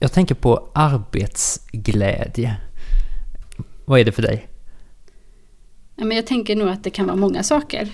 Jag tänker på arbetsglädje. Vad är det för dig? Ja, men jag tänker nog att det kan vara många saker.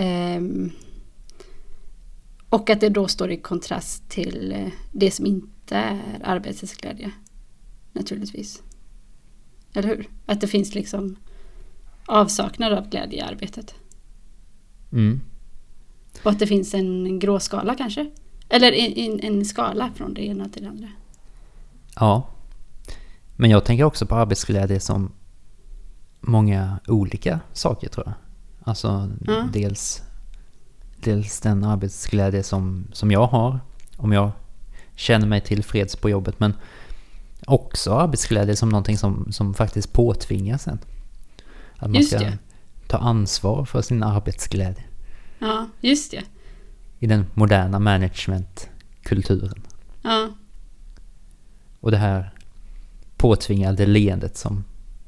Och att det då står i kontrast till det som inte är arbetets glädje. Naturligtvis. Eller hur? Att det finns liksom avsaknad av glädje i arbetet. Mm. Och att det finns en gråskala kanske. Eller en skala från det ena till det andra. Ja. Men jag tänker också på arbetsglädje som många olika saker, tror jag. Alltså dels den arbetsglädje som jag har, om jag känner mig tillfreds på jobbet, men också arbetsglädje som någonting som faktiskt påtvingas en. Att man ska ta ansvar för sin arbetsglädje. Ja, just det. I den moderna managementkulturen. Ja. Och det här påtvingade leendet som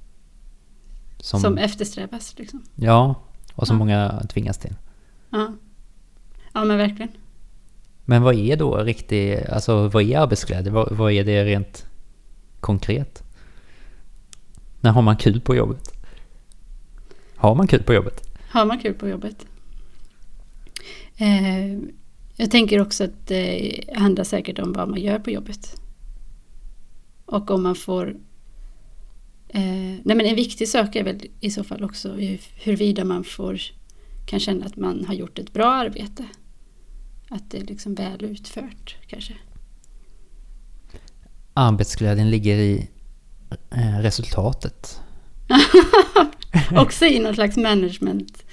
eftersträvas liksom. Ja, och som många tvingas till. Ja. Ja, men verkligen. Men vad är då vad är arbetsglädje? Vad är det rent konkret? När har man kul på jobbet? Har man kul på jobbet? Har man kul på jobbet? Jag tänker också att det handlar säkert om vad man gör på jobbet. Och om man får... men en viktig sak är väl i så fall också huruvida man kan känna att man har gjort ett bra arbete. Att det är liksom väl utfört kanske. Arbetsglädjen ligger i resultatet. Också i någon slags management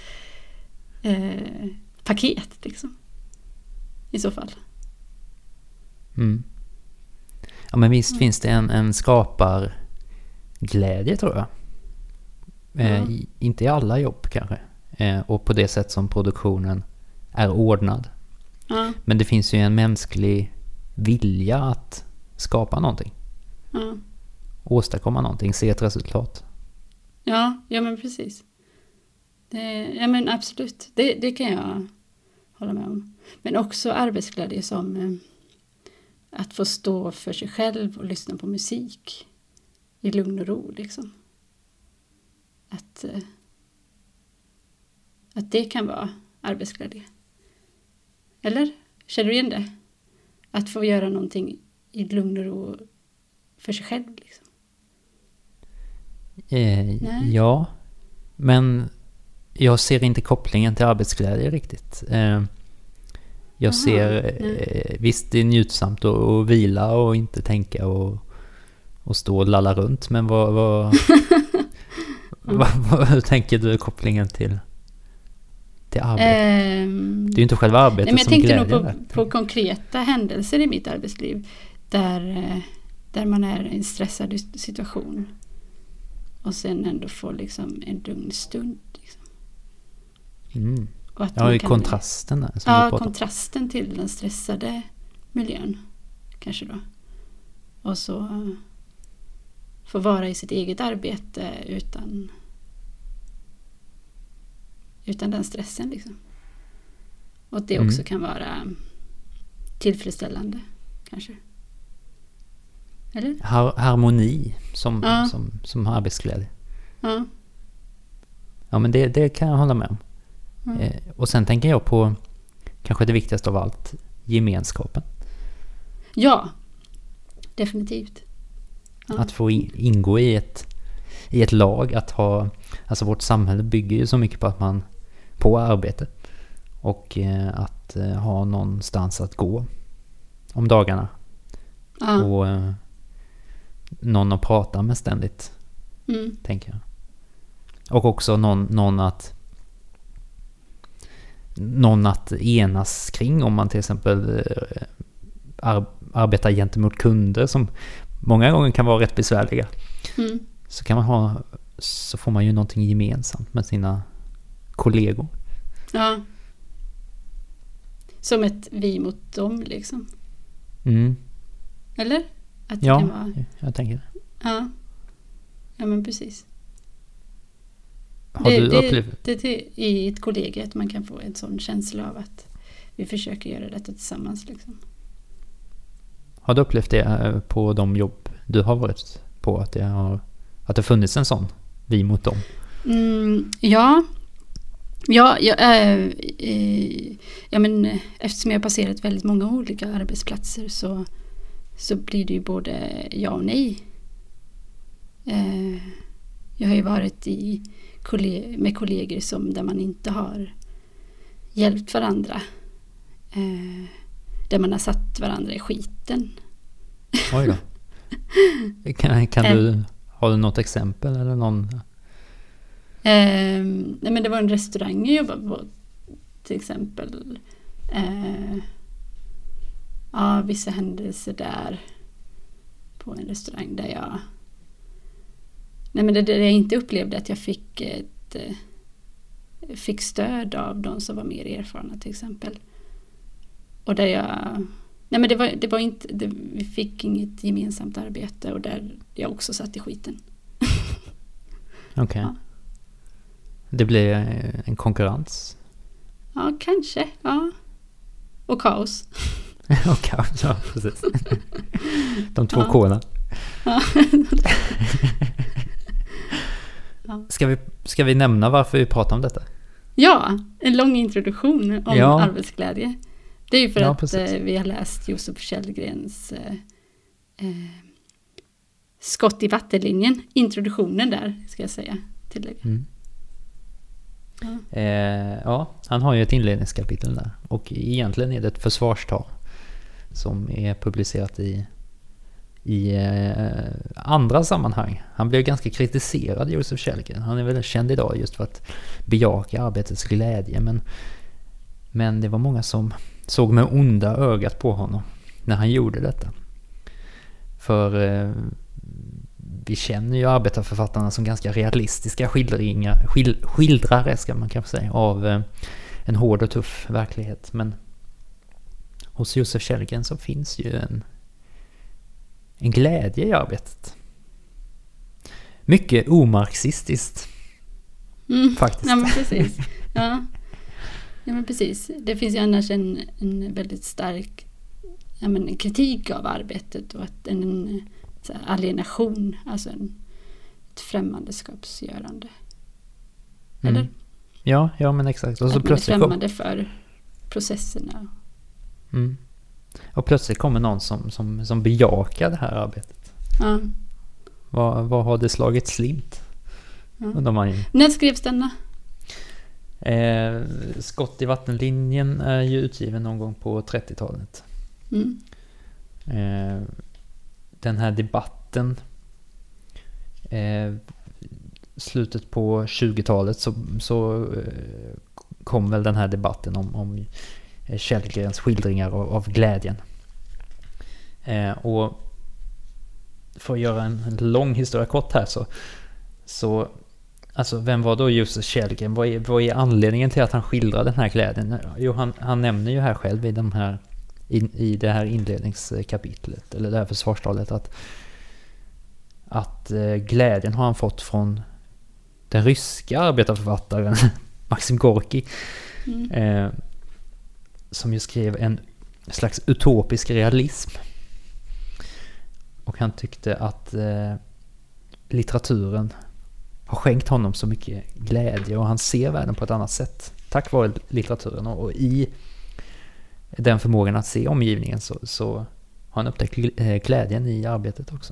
paket liksom. I så fall. Mm. Ja, men visst finns det en skaparglädje, tror jag. Inte i alla jobb kanske. Och på det sätt som produktionen är ordnad. Men det finns ju en mänsklig vilja att skapa någonting. Åstadkomma någonting, se ett resultat. Ja men precis. Ja men absolut. Det kan jag hålla med om. Men också arbetsglädje som att få stå för sig själv och lyssna på musik i lugn och ro liksom. Att det kan vara arbetsglädje. Eller? Känner du igen det? Att få göra någonting i lugn och ro för sig själv liksom. Ja, men jag ser inte kopplingen till arbetsglädje riktigt. Jag ser visst, det är njutsamt att vila och inte tänka och stå och lalla runt, men vad hur tänker du kopplingen till arbete? Det är ju inte själva arbetet som glädjer. Jag tänkte nog på konkreta händelser i mitt arbetsliv där man är i en stressad situation och sen ändå får liksom en lugn stund liksom. Och att i kontrasten där, som du pratar om. Kontrasten till den stressade miljön kanske då. Och så få vara i sitt eget arbete utan den stressen liksom. Och att det också kan vara tillfredsställande kanske. Eller? Harmoni som arbetsglädje. Ja, men det kan jag hålla med om. Och sen tänker jag på kanske det viktigaste av allt, gemenskapen. Ja, definitivt. Att få ingå i ett lag, att ha, alltså vårt samhälle bygger ju så mycket på arbete och att ha någonstans att gå om dagarna och någon att prata med ständigt, tänker jag. Och också någon att enas kring, om man till exempel arbetar gentemot kunder som många gånger kan vara rätt besvärliga. Så får man ju någonting gemensamt med sina kollegor. Ja. Som ett vi mot dem liksom. Eller? Att det kan vara... jag tänker det. Ja, men precis. Har du upplevt det i ett kollega att man kan få en sån känsla av att vi försöker göra detta tillsammans liksom. Har du upplevt det på de jobb du har varit på? Att det funnits en sån vi mot dem? Ja, men eftersom jag har passerat väldigt många olika arbetsplatser så blir det ju både ja och nej. Jag har ju varit med kollegor där man inte har hjälpt varandra. Där man har satt varandra i skiten. Oj då. Har du något exempel eller någon? Nej, men det var en restaurang jag jobbade på till exempel. Vissa händelser där på en restaurang där jag där jag inte upplevde att jag fick stöd av de som var mer erfarna till exempel. Och där vi fick inget gemensamt arbete och där jag också satt i skiten. Okej. Ja. Det blev en konkurrens? Ja, kanske. Ja. Och kaos. Och kaos, ja, precis. De två K:na. Ja. Ska vi nämna varför vi pratar om detta? Ja, en lång introduktion om arbetsglädje. Det är ju för att vi har läst Josef Kjellgrens Skott i vattenlinjen. Introduktionen där, ska jag säga. Tillägg. Han har ju ett inledningskapitel där. Och egentligen är det ett försvarstal som är publicerat i andra sammanhang. Han blev ganska kritiserad, Josef Kjellgren. Han är väl känd idag just för att bejaka arbetets glädje. Men det var många som såg med onda ögat på honom när han gjorde detta. För vi känner ju arbetarförfattarna som ganska realistiska skildrare ska man kanske säga av en hård och tuff verklighet. Men hos Josef Kjellgren så finns ju en glädje i arbetet. Mycket omarxistiskt. Faktiskt. Ja, men precis. Ja, men precis. Det finns ju annars en väldigt stark kritik av arbetet och en alienation, alltså ett främmandeskapsgörande. Eller? Ja, men exakt. Och så att man är främmande för processerna. Och plötsligt kommer någon som bejakar det här arbetet. Ja. Vad har det slagit slint? Ja. När skrevs denna? Skott i vattenlinjen är ju utgiven någon gång på 30-talet. Den här debatten slutet på 20-talet så kom väl den här debatten om Kjellgrens skildringar av glädjen. Och för att göra en lång historia kort här så alltså vem var då Josef Kjellgren? Vad är anledningen till att han skildrar den här glädjen? Jo, han nämner ju här själv i det här inledningskapitlet eller det här försvarstalet att glädjen har han fått från den ryska arbetarförfattaren Maxim Gorki som ju skrev en slags utopisk realism. Och han tyckte att litteraturen har skänkt honom så mycket glädje och han ser världen på ett annat sätt tack vare litteraturen och i den förmågan att se omgivningen så har han upptäckt glädjen i arbetet också.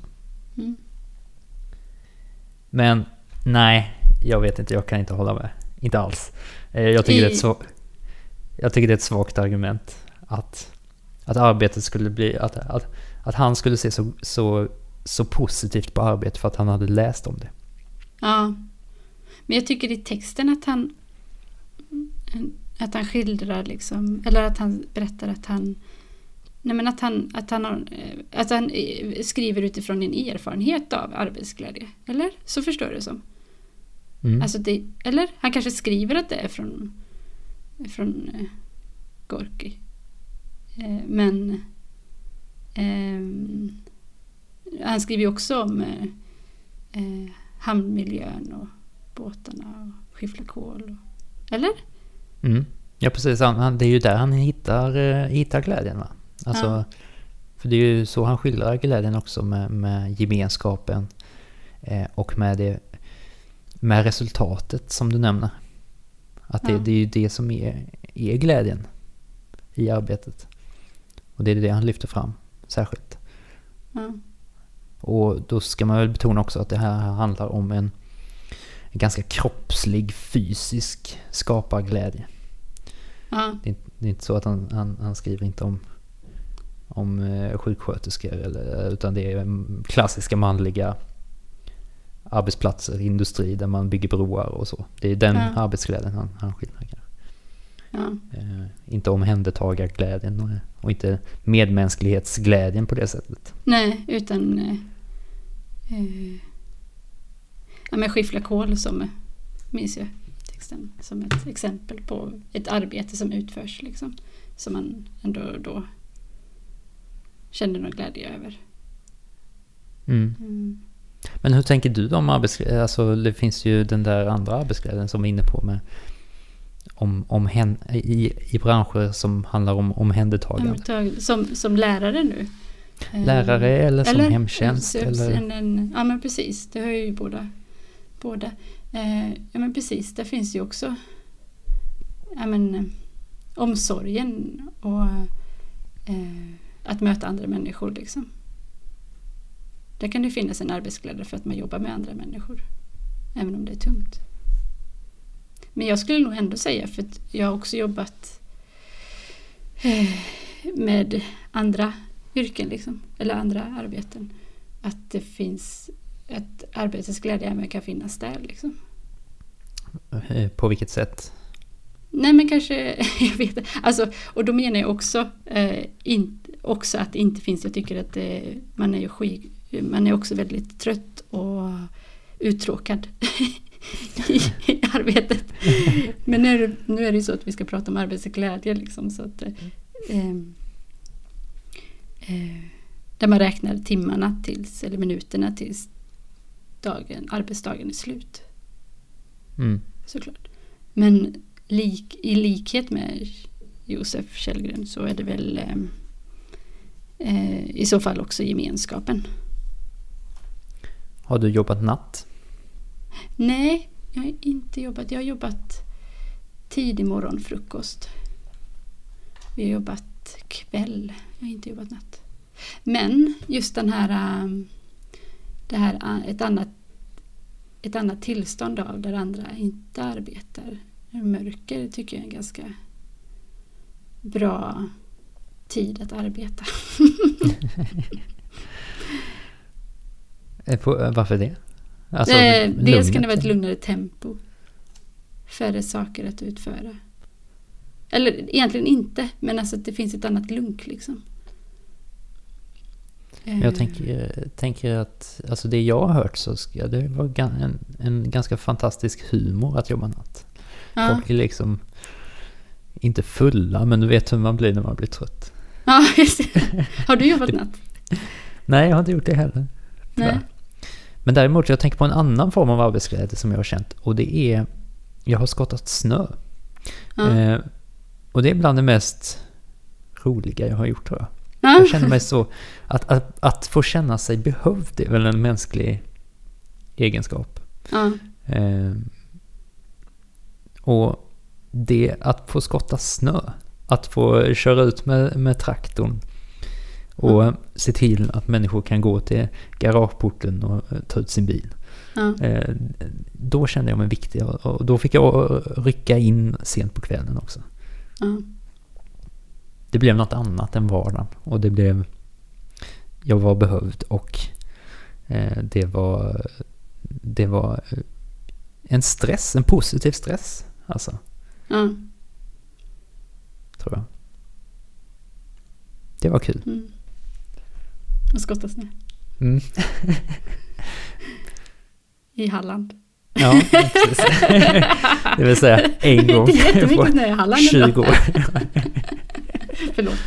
Men nej, jag vet inte, jag kan inte hålla med. Inte alls. Jag tycker det är ett svagt argument att arbetet skulle bli att han skulle se så positivt på arbetet för att han hade läst om det. Ja. Men jag tycker i texten att han skildrar liksom, eller att han berättar att han skriver utifrån en erfarenhet av arbetsglädje. Eller? Så förstår du det som. Alltså eller? Han kanske skriver att det är från Gorki. Men han skriver ju också om hamnmiljön och båtarna och skiffla kol. Eller? Ja, precis. Det är ju där han hittar glädjen, va? Alltså, För det är ju så han skildrar glädjen också med gemenskapen och med resultatet som du nämner. Att det är ju det som är glädjen i arbetet. Och det är det han lyfter fram särskilt. Och då ska man väl betona också att det här handlar om en ganska kroppslig, fysisk skaparglädje. Det är inte så att han skriver inte om sjuksköterskor utan det är klassiska manliga arbetsplatser, industri där man bygger broar och så. Det är den arbetsglädjen han skildrar. Inte omhändertagarglädjen och inte medmänsklighetsglädjen på det sättet. Nej, utan men skiffla kol som minns jag texten som ett exempel på ett arbete som utförs liksom, som man ändå då kände någon glädje över. Men hur tänker du om arbetsglädje? Alltså det finns ju den där andra arbetsglädjen som vi är inne på med i branscher som handlar om omhändertagande. Som lärare nu. Lärare eller som hemtjänst. Ja men precis, det har ju båda. Ja men precis, där finns ju också omsorgen och att möta andra människor liksom. Där kan det finnas en arbetsglädje för att man jobbar med andra människor. Även om det är tungt. Men jag skulle nog ändå säga, för att jag har också jobbat med andra yrken liksom, eller andra arbeten, att det finns ett arbetets glädje även kan finnas där liksom. På vilket sätt? Nej men kanske, jag vet alltså, och då menar jag också också att det inte finns, jag tycker att man är också väldigt trött och uttråkad i arbetet. Men nu är det ju så att vi ska prata om arbetsglädje liksom, så att där man räknar timmarna tills, eller minuterna tills arbetsdagen är slut. Såklart. Men i likhet med Josef Källgren så är det väl i så fall också gemenskapen. Har du jobbat natt? Nej, jag har inte jobbat. Jag har jobbat tidig morgon, frukost. Vi har jobbat kväll. Jag har inte jobbat natt. Men just den här ett annat tillstånd av där andra inte arbetar. Mörker tycker jag är en ganska bra tid att arbeta. Varför det? Alltså, dels kan det vara ett lugnare tempo. Färre saker att utföra. Eller egentligen inte, men alltså att det finns ett annat lunk liksom. Jag tänker att alltså det jag har hört så ska det vara en ganska fantastisk humor att jobba natt. Ja. Folk är liksom inte fulla, men du vet hur man blir när man blir trött. Ja, har du jobbat natt? Nej, jag har inte gjort det heller. Nej. Men däremot, jag tänker på en annan form av arbetsglädje som jag har känt. Och det är, jag har skottat snö. Ja. Och det är bland det mest roliga jag har gjort, tror jag. Ja. Jag känner mig så, att få känna sig behövd är väl en mänsklig egenskap. Ja. Och det att få skotta snö, att få köra ut med traktorn och se till att människor kan gå till garageporten och ta ut sin bil. Ja. Då kände jag mig viktig och då fick jag rycka in sent på kvällen också. Ja. Det blev något annat än vardagen och jag var behövd och det var en stress, en positiv stress alltså. Ja. Tror jag. Det var kul. Och skottas nu. I Halland. Ja, precis. Det vill säga en gång på 20 år. Förlåt.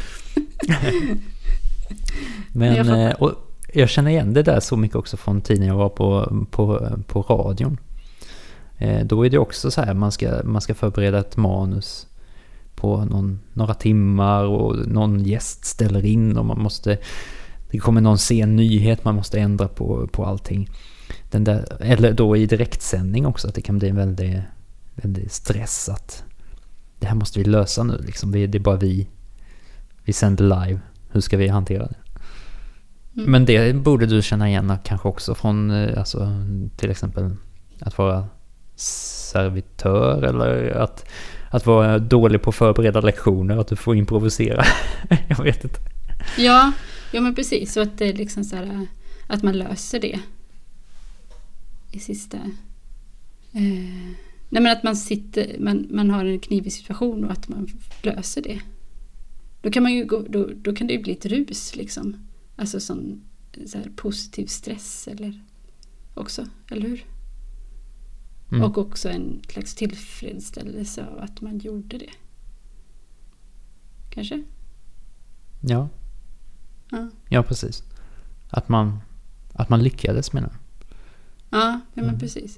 Men jag känner igen det där så mycket också från tiden jag var på radion. Då är det också så här, man ska förbereda ett manus på några timmar och någon gäst ställer in och det kommer någon sen nyhet, man måste ändra på allting. Eller då i direktsändning också, att det kan bli en väldigt stress att det här måste vi lösa nu liksom. Det är bara vi sänder live, hur ska vi hantera det? Men det borde du känna igen kanske också från alltså, till exempel att vara servitör eller att vara dålig på att förbereda lektioner, att du får improvisera. Jag vet inte. Ja, men precis. Så att det är liksom så här, att man löser det i sista. Nej, men att man har en knivig situation och att man löser det. Då kan man ju då kan det ju bli ett rus liksom. Alltså sån så här positiv stress eller hur? Och också en slags tillfredsställelse av att man gjorde det. Kanske? Ja. Ja, precis. Att man lyckades med det. Ja, men precis.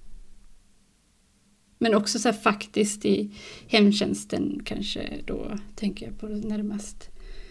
Men också så här faktiskt i hemtjänsten kanske då tänker jag på det närmast.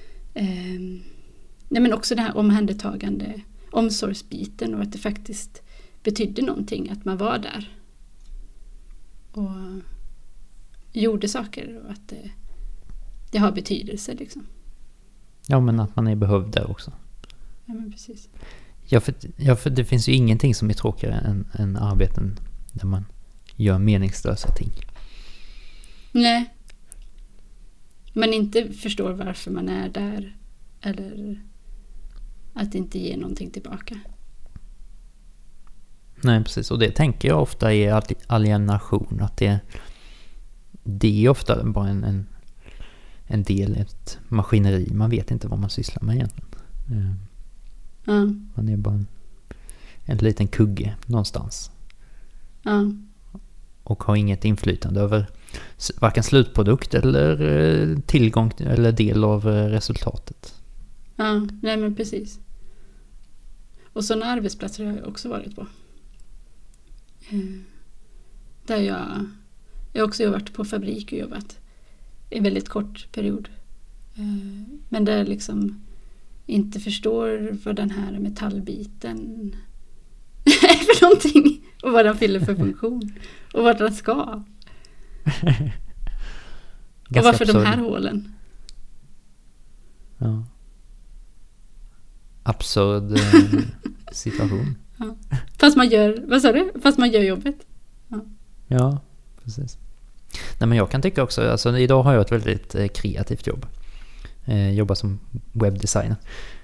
Nej, men också det här omhändertagande, omsorgsbiten och att det faktiskt betydde någonting att man var där och gjorde saker och att det har betydelse liksom. Ja, men att man är behövd där också. Ja, men precis. Ja, för det finns ju ingenting som är tråkigare än arbeten där man gör meningslösa ting. Nej. Man inte förstår varför man är där eller att det inte ger någonting tillbaka. Nej, precis. Och det tänker jag ofta är alienation. Att det är ofta bara en del, ett maskineri. Man vet inte vad man sysslar med egentligen. Man är bara en liten kugge någonstans. Och har inget inflytande över varken slutprodukt eller tillgång eller del av resultatet. Ja, nej men precis. Och sådana arbetsplatser har jag också varit på. Där jag också har varit på fabrik och jobbat i en väldigt kort period. Men där jag liksom inte förstår vad den här metallbiten är för någonting. Och vad den fyller för funktion. Och vad den ska. Och varför de här hålen. Ja. Absurd situation. Ja. Fast man gör, vad sa du? Fast man gör jobbet. Ja, precis. Nej, men jag kan tycka också, alltså idag har jag ett väldigt kreativt jobb. Jobbar som webbdesigner.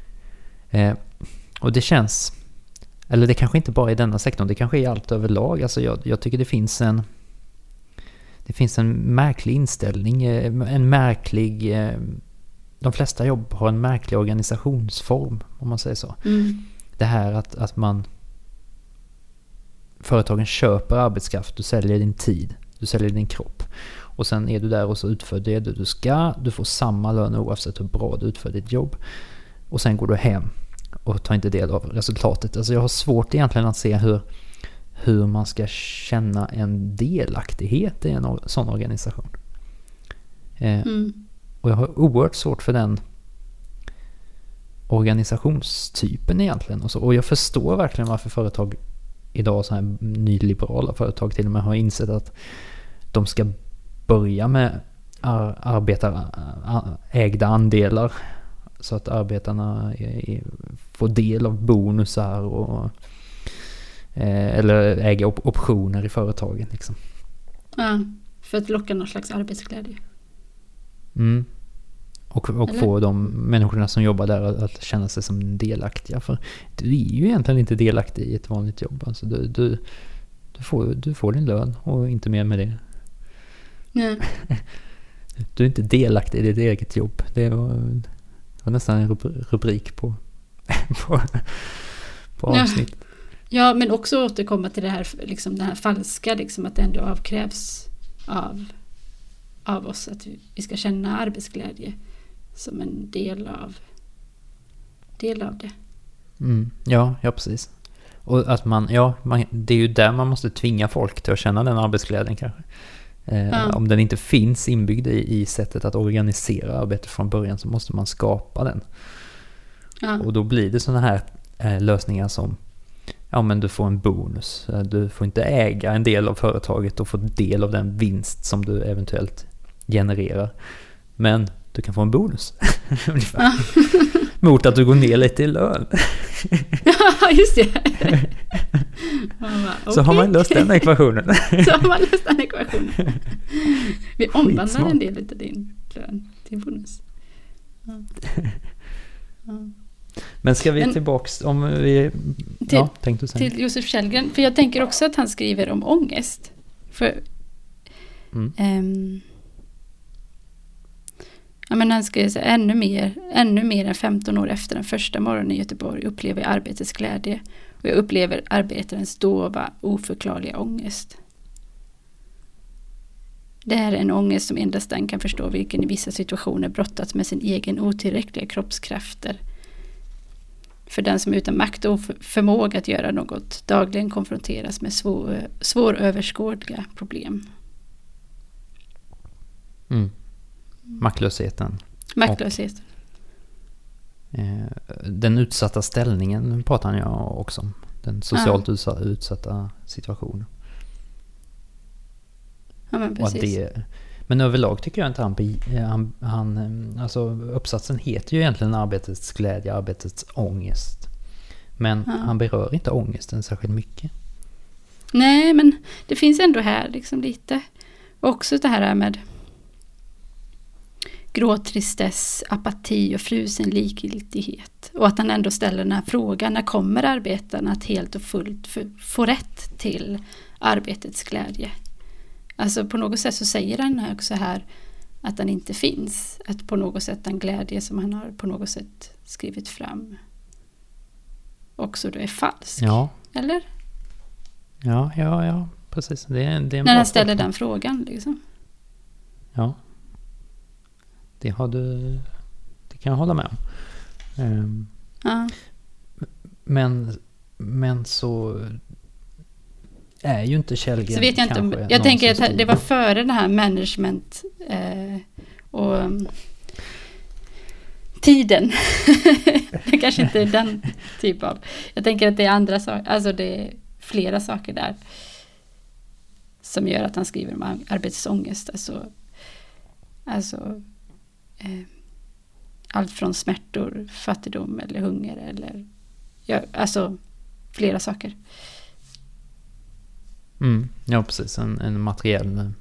Och det känns, eller det kanske inte bara i denna sektorn, det kanske är allt överlag. Alltså jag tycker det finns en märklig inställning, de flesta jobb har en märklig organisationsform, om man säger så. Det här att företagen köper arbetskraft, du säljer din tid, du säljer din kropp. Och sen är du där och så utför det du ska, du får samma lön oavsett hur bra du utför ditt jobb. Och sen går du hem och tar inte del av resultatet. Alltså jag har svårt egentligen att se hur man ska känna en delaktighet i en sån organisation. Och jag har oerhört svårt för den organisationstypen egentligen. Och jag förstår verkligen varför företag idag, så här nyliberala företag till och med, har insett att de ska börja med arbetarägda andelar så att arbetarna får del av bonusar och eller äga optioner i företagen liksom. Ja, för att locka någon slags arbetsglädje. Och få de människorna som jobbar där att känna sig som delaktiga. För du är ju egentligen inte delaktig i ett vanligt jobb. Alltså du får din lön och inte mer med det. Nej. Du är inte delaktig i ditt eget jobb. Det var nästan en rubrik på avsnitt. Ja, men också återkomma till det här, liksom det här falska, liksom att det ändå avkrävs av oss att vi ska känna arbetsglädje som en del av det. Ja, precis. Och att det är ju där man måste tvinga folk till att känna den arbetsglädjen kanske. Om den inte finns inbyggd i sättet att organisera arbetet från början, så måste man skapa den. Och då blir det sådana här lösningar som men du får en bonus. Du får inte äga en del av företaget och få del av den vinst som du eventuellt genererar. Men du kan få en bonus. Mot att du går ner lite i lön. Ja, just det. Så har man löst den ekvationen. Vi omvandlar en del av din lön till bonus. Men ska vi tillbaks om vi tänkte säga till Josef Kjellgren, för jag tänker också att han skriver om ångest. För men han skriver så ännu mer än 15 år efter den första morgonen i Göteborg upplever jag arbetets glädje, och jag upplever arbetarens dova, oförklarliga ångest. Det är en ångest som endast den kan förstå, vilken i vissa situationer brottats med sin egen otillräckliga kroppskrafter. För den som utan makt och förmåga att göra något dagligen konfronteras med svåröverskådliga problem. Maktlösheten. Den utsatta ställningen pratar jag också om. Den socialt utsatta situationen. Ja, men precis. Men överlag tycker jag inte alltså uppsatsen heter ju egentligen arbetets glädje, arbetets ångest. Men han berör inte ångesten särskilt mycket. Nej, men det finns ändå här liksom lite. Också det här med grå tristess, apati och frusen likgiltighet. Och att han ändå ställer den här frågan: när kommer arbetarna att helt och fullt få rätt till arbetets glädje? Alltså på något sätt så säger han också här att den inte finns. Att på något sätt den glädje som han har på något sätt skrivit fram också då är falsk. Ja. Eller? Ja, precis. Det är en när han ställer den frågan liksom. Ja. Det kan jag hålla med om. Men så är ju inte Kjellgren. Så vet jag inte om, jag tänker att det var före det här management och tiden. Det kanske inte är den typ av. Jag tänker att det är andra saker, alltså det är flera saker där som gör att han skriver om arbetsångest. Alltså allt från smärtor, fattigdom eller hunger eller alltså flera saker. Ja, precis. En materiell,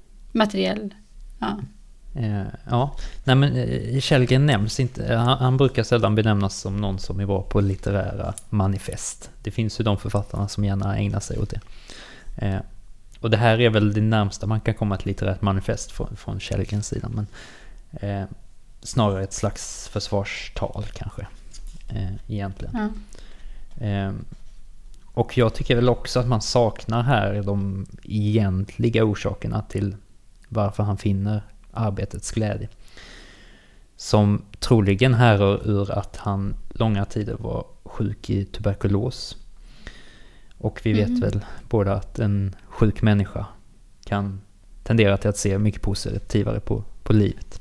ja. Nej, men Kjellgren nämns inte. Han brukar sällan benämnas som någon som är bra på litterära manifest. Det finns ju de författarna som gärna ägnar sig åt det. Och det här är väl det närmsta man kan komma ett litterärt manifest från Kjellgrens sida. Men snarare ett slags försvarstal kanske. Egentligen. Och jag tycker väl också att man saknar här de egentliga orsakerna till varför han finner arbetets glädje. Som troligen härrör ur att han långa tider var sjuk i tuberkulos. Och vi vet väl båda att en sjuk människa kan tendera till att se mycket positivare på livet.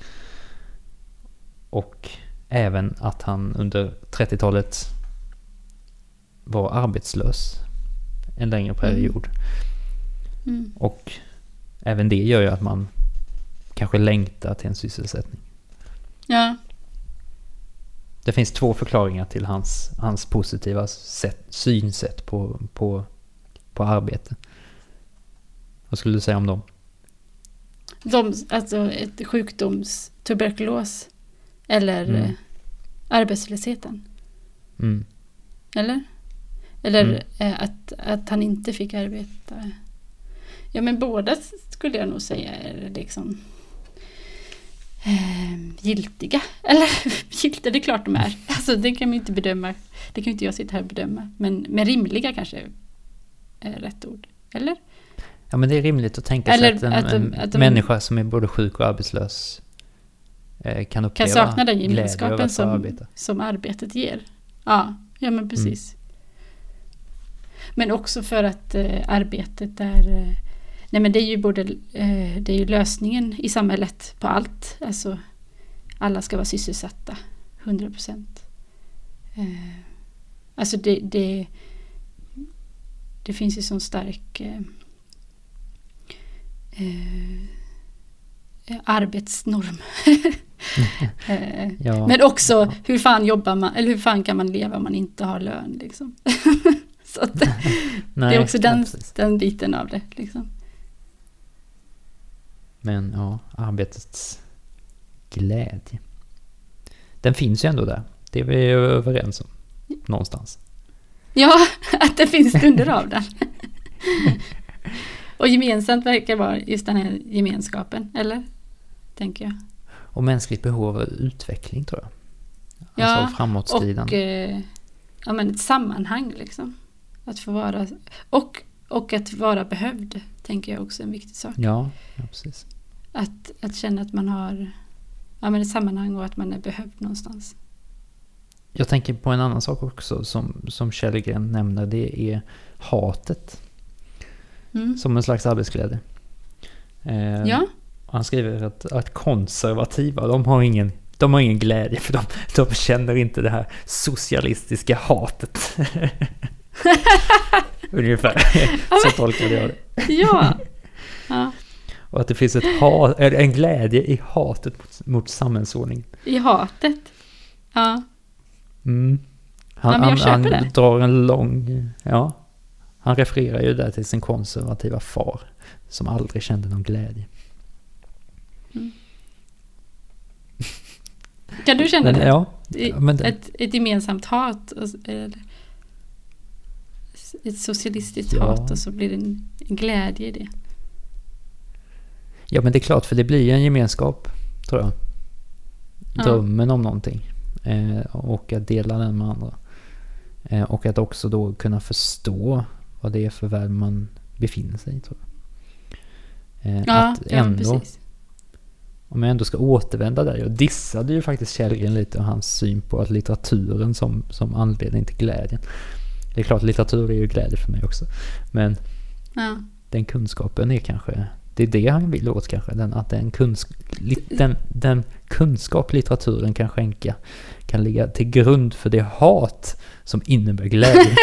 Och även att han under 30-talet var arbetslös en längre period. Och även det gör ju att man kanske längtar till en sysselsättning. Ja. Det finns 2 förklaringar till hans positiva synsätt på arbete. Vad skulle du säga om dem? Alltså ett tuberkulos eller arbetslösheten. Eller att han inte fick arbeta. Ja, men båda skulle jag nog säga är liksom giltiga. Eller giltiga, det är klart de är. Alltså det kan man inte bedöma. Det kan inte jag sitta här och bedöma. Men rimliga kanske är rätt ord. Eller? Ja, men det är rimligt att tänka sig att en människa som är både sjuk och arbetslös kan uppleva kan sakna den gemenskapen som arbetet ger. Ja, men precis. Men också för att arbetet är Nej, men det är ju det är ju lösningen i samhället på allt. Alltså alla ska vara sysselsatta 100%. Alltså det finns ju sån stark arbetsnorm. Ja. Men också hur fan jobbar man, eller hur fan kan man leva om man inte har lön liksom. Så att det är också den biten av det liksom. Men ja, arbetets glädje. Den finns ju ändå där. Det är vi överens om. Någonstans. Ja, att det finns stunder av den. Och gemensamt verkar vara just den här gemenskapen, eller? Tänker jag. Och mänskligt behov av utveckling, tror jag. Ja, alltså framåtskridande. Och men ett sammanhang liksom. Att få vara... Och att vara behövd, tänker jag också är en viktig sak. Ja precis. Att känna att man har ett sammanhang och att man är behövd någonstans. Jag tänker på en annan sak också som Källgren nämner. Det är hatet. Som en slags arbetsglädje. Ja. Han skriver att konservativa, de har ingen glädje, för de känner inte det här socialistiska hatet. Ungefär. Så tolkar jag det. Ja. Och att det finns en glädje i hatet mot samhällsordning. I hatet? Ja. Han drar en lång... Ja. Han refererar ju där till sin konservativa far som aldrig kände någon glädje. Kan du känna det? Ja. Ett gemensamt hat? Ett socialistiskt hat, och så blir det en glädje i det. Ja, men det är klart, för det blir en gemenskap, tror jag. Drömmen om någonting. Och att dela den med andra. Och att också då kunna förstå vad det är för värld man befinner sig i, tror jag. Att ändå, precis. Om jag ändå ska återvända där, jag dissade ju faktiskt Källgren lite och hans syn på att litteraturen som anledning till glädjen. Det är klart, litteratur är ju glädje för mig också. Men den kunskapen är kanske... Det är det han vill åt kanske. Att den kunskap litteraturen kan skänka kan ligga till grund för det hat som innebär glädje.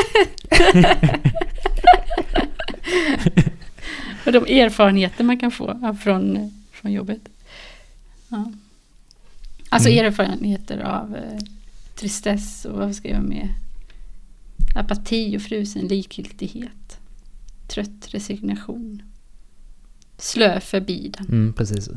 Och de erfarenheter man kan få från jobbet. Ja. Alltså erfarenheter av tristess och vad ska jag med? Apati och frusen likgiltighet. Trött resignation. Slö förbidan. Precis.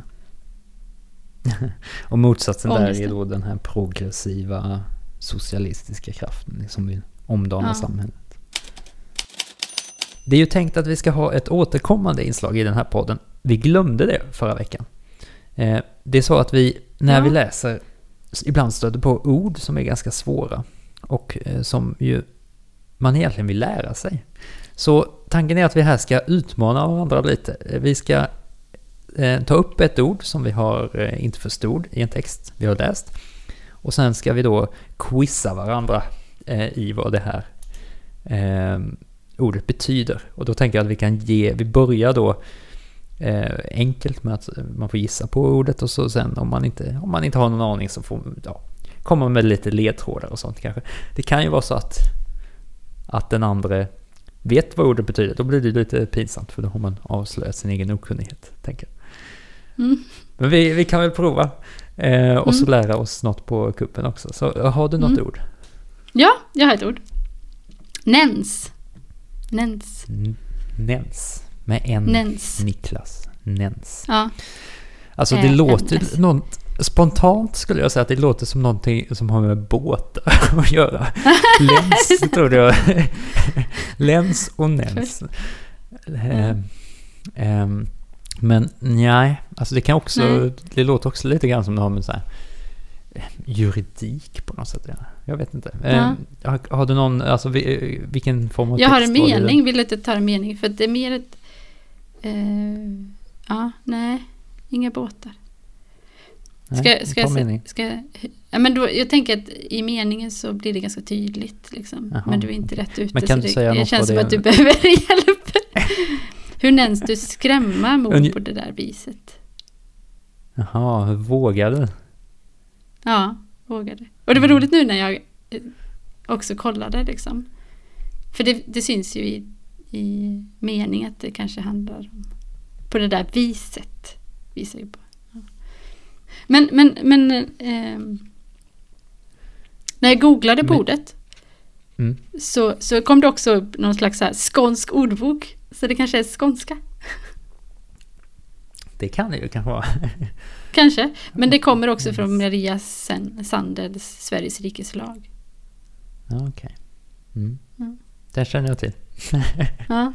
Och motsatsen där är då den här progressiva socialistiska kraften som vill omdana samhället. Det är ju tänkt att vi ska ha ett återkommande inslag i den här podden. Vi glömde det förra veckan. Det är så att vi, när vi läser, ibland stöter på ord som är ganska svåra och som ju man egentligen vill lära sig. Så tanken är att vi här ska utmana varandra lite. Vi ska ta upp ett ord som vi har inte förstod i en text vi har läst. Och sen ska vi då quizza varandra i vad det här ordet betyder. Och då tänker jag att vi börjar då enkelt med att man får gissa på ordet, och så sen om man inte har någon aning så får komma med lite ledtrådar och sånt kanske. Det kan ju vara så att den andra vet vad ordet betyder. Då blir det lite pinsamt, för då har man avslöjat sin egen okunnighet, tänker jag. Men vi kan väl prova och så lära oss något på kuppen också. Så har du något ord? Ja, jag har ett ord. Nens. Med en Nens. Niklas. Nens. Ja. Alltså det låter något spontant, skulle jag säga att det låter som någonting som har med båtar att göra. Läns, tror jag. Läns och Nens. Men nej, alltså det kan också, det låter också lite grann som det har med så här juridik på något sätt. Jag vet inte. Har du någon, alltså vilken form av text? Jag har en mening, vill inte ta en mening, för det är mer ett inga båtar. Men då, jag tänker att i meningen så blir det ganska tydligt liksom. Men du är inte rätt ute. Men kan du säga något? Det känns som att du behöver hjälp. Hur nämns du skrämma mor på det där viset? Jaha, vågade. Ja, vågade. Och det var roligt nu när jag också kollade liksom. För det syns ju i mening att det kanske handlar om på det där viset. Visar ju på. Ja. Men när jag googlade på ordet så kom det också upp någon slags så här skånsk ordbok. Så det kanske är skånska. Det kan det ju kanske vara. Kanske. Men det kommer också från Maria Sandels Sveriges rikes lag. Ja, okej. Det känner jag till. Ja.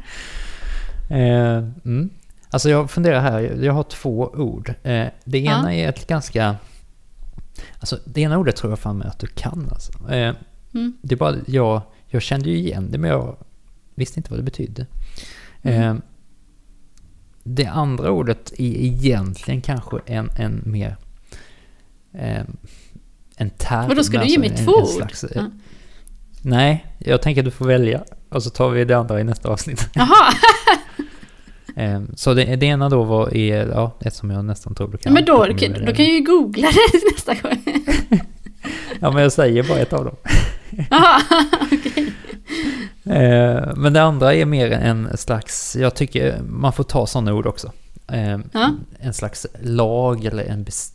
Alltså jag funderar här. Jag har 2 ord. Det ena är ett ganska... Alltså det ena ordet tror jag fan med att du kan. Alltså. Det är bara jag kände ju igen det, men jag visste inte vad det betydde. Det andra ordet är egentligen kanske en mer en term. Och då ska du ge mig 2 ord? Slags, nej, jag tänker att du får välja. Och så tar vi det andra i nästa avsnitt. Jaha! Så det ena då var ett som jag nästan tror du kan. Men då kan jag ju googla det nästa gång. Ja, men jag säger bara ett av dem. Jaha, okej. Men det andra är mer en slags, jag tycker man får ta sådana ord också. En slags lag eller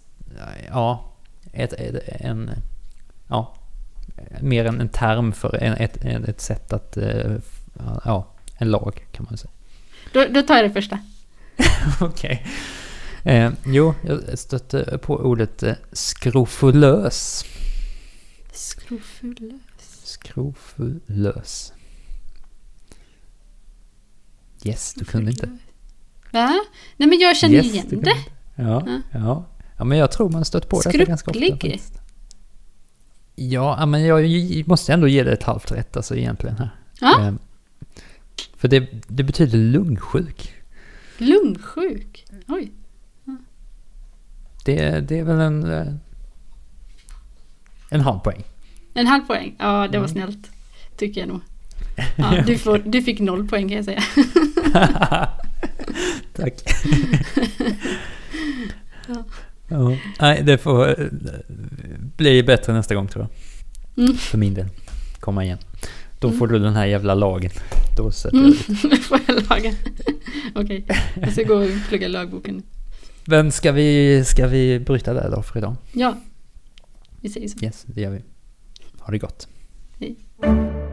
mer än en term för ett sätt att en lag kan man säga. Då tar jag det första. Okej. Jag stötte på ordet skrofulös. Skrofulös. Yes, du kunde inte. Va? Nej, men jag känner igen det. Ja, men jag tror man stött på det ganska ofta. Skrupplig. Ja, men jag måste ändå ge det ett halvt rätt alltså egentligen här. Ja. För det betyder lungsjuk. Lungsjuk? Oj. Ja. Det är väl en halv poäng. En halv poäng? Ja, det var snällt. Tycker jag nog. Ja, du fick 0 poäng kan jag säga. Tack. Ja. Nej, det får bli bättre nästa gång tror jag. För min del. Komma igen. Då får du den här jävla lagen. Då sätter jag dit. Får jag lagen? Okej, jag ska gå och plugga lagboken. Men ska vi bryta där då för idag? Ja, vi säger så. Yes, det gör vi. Ha det gott. Hej.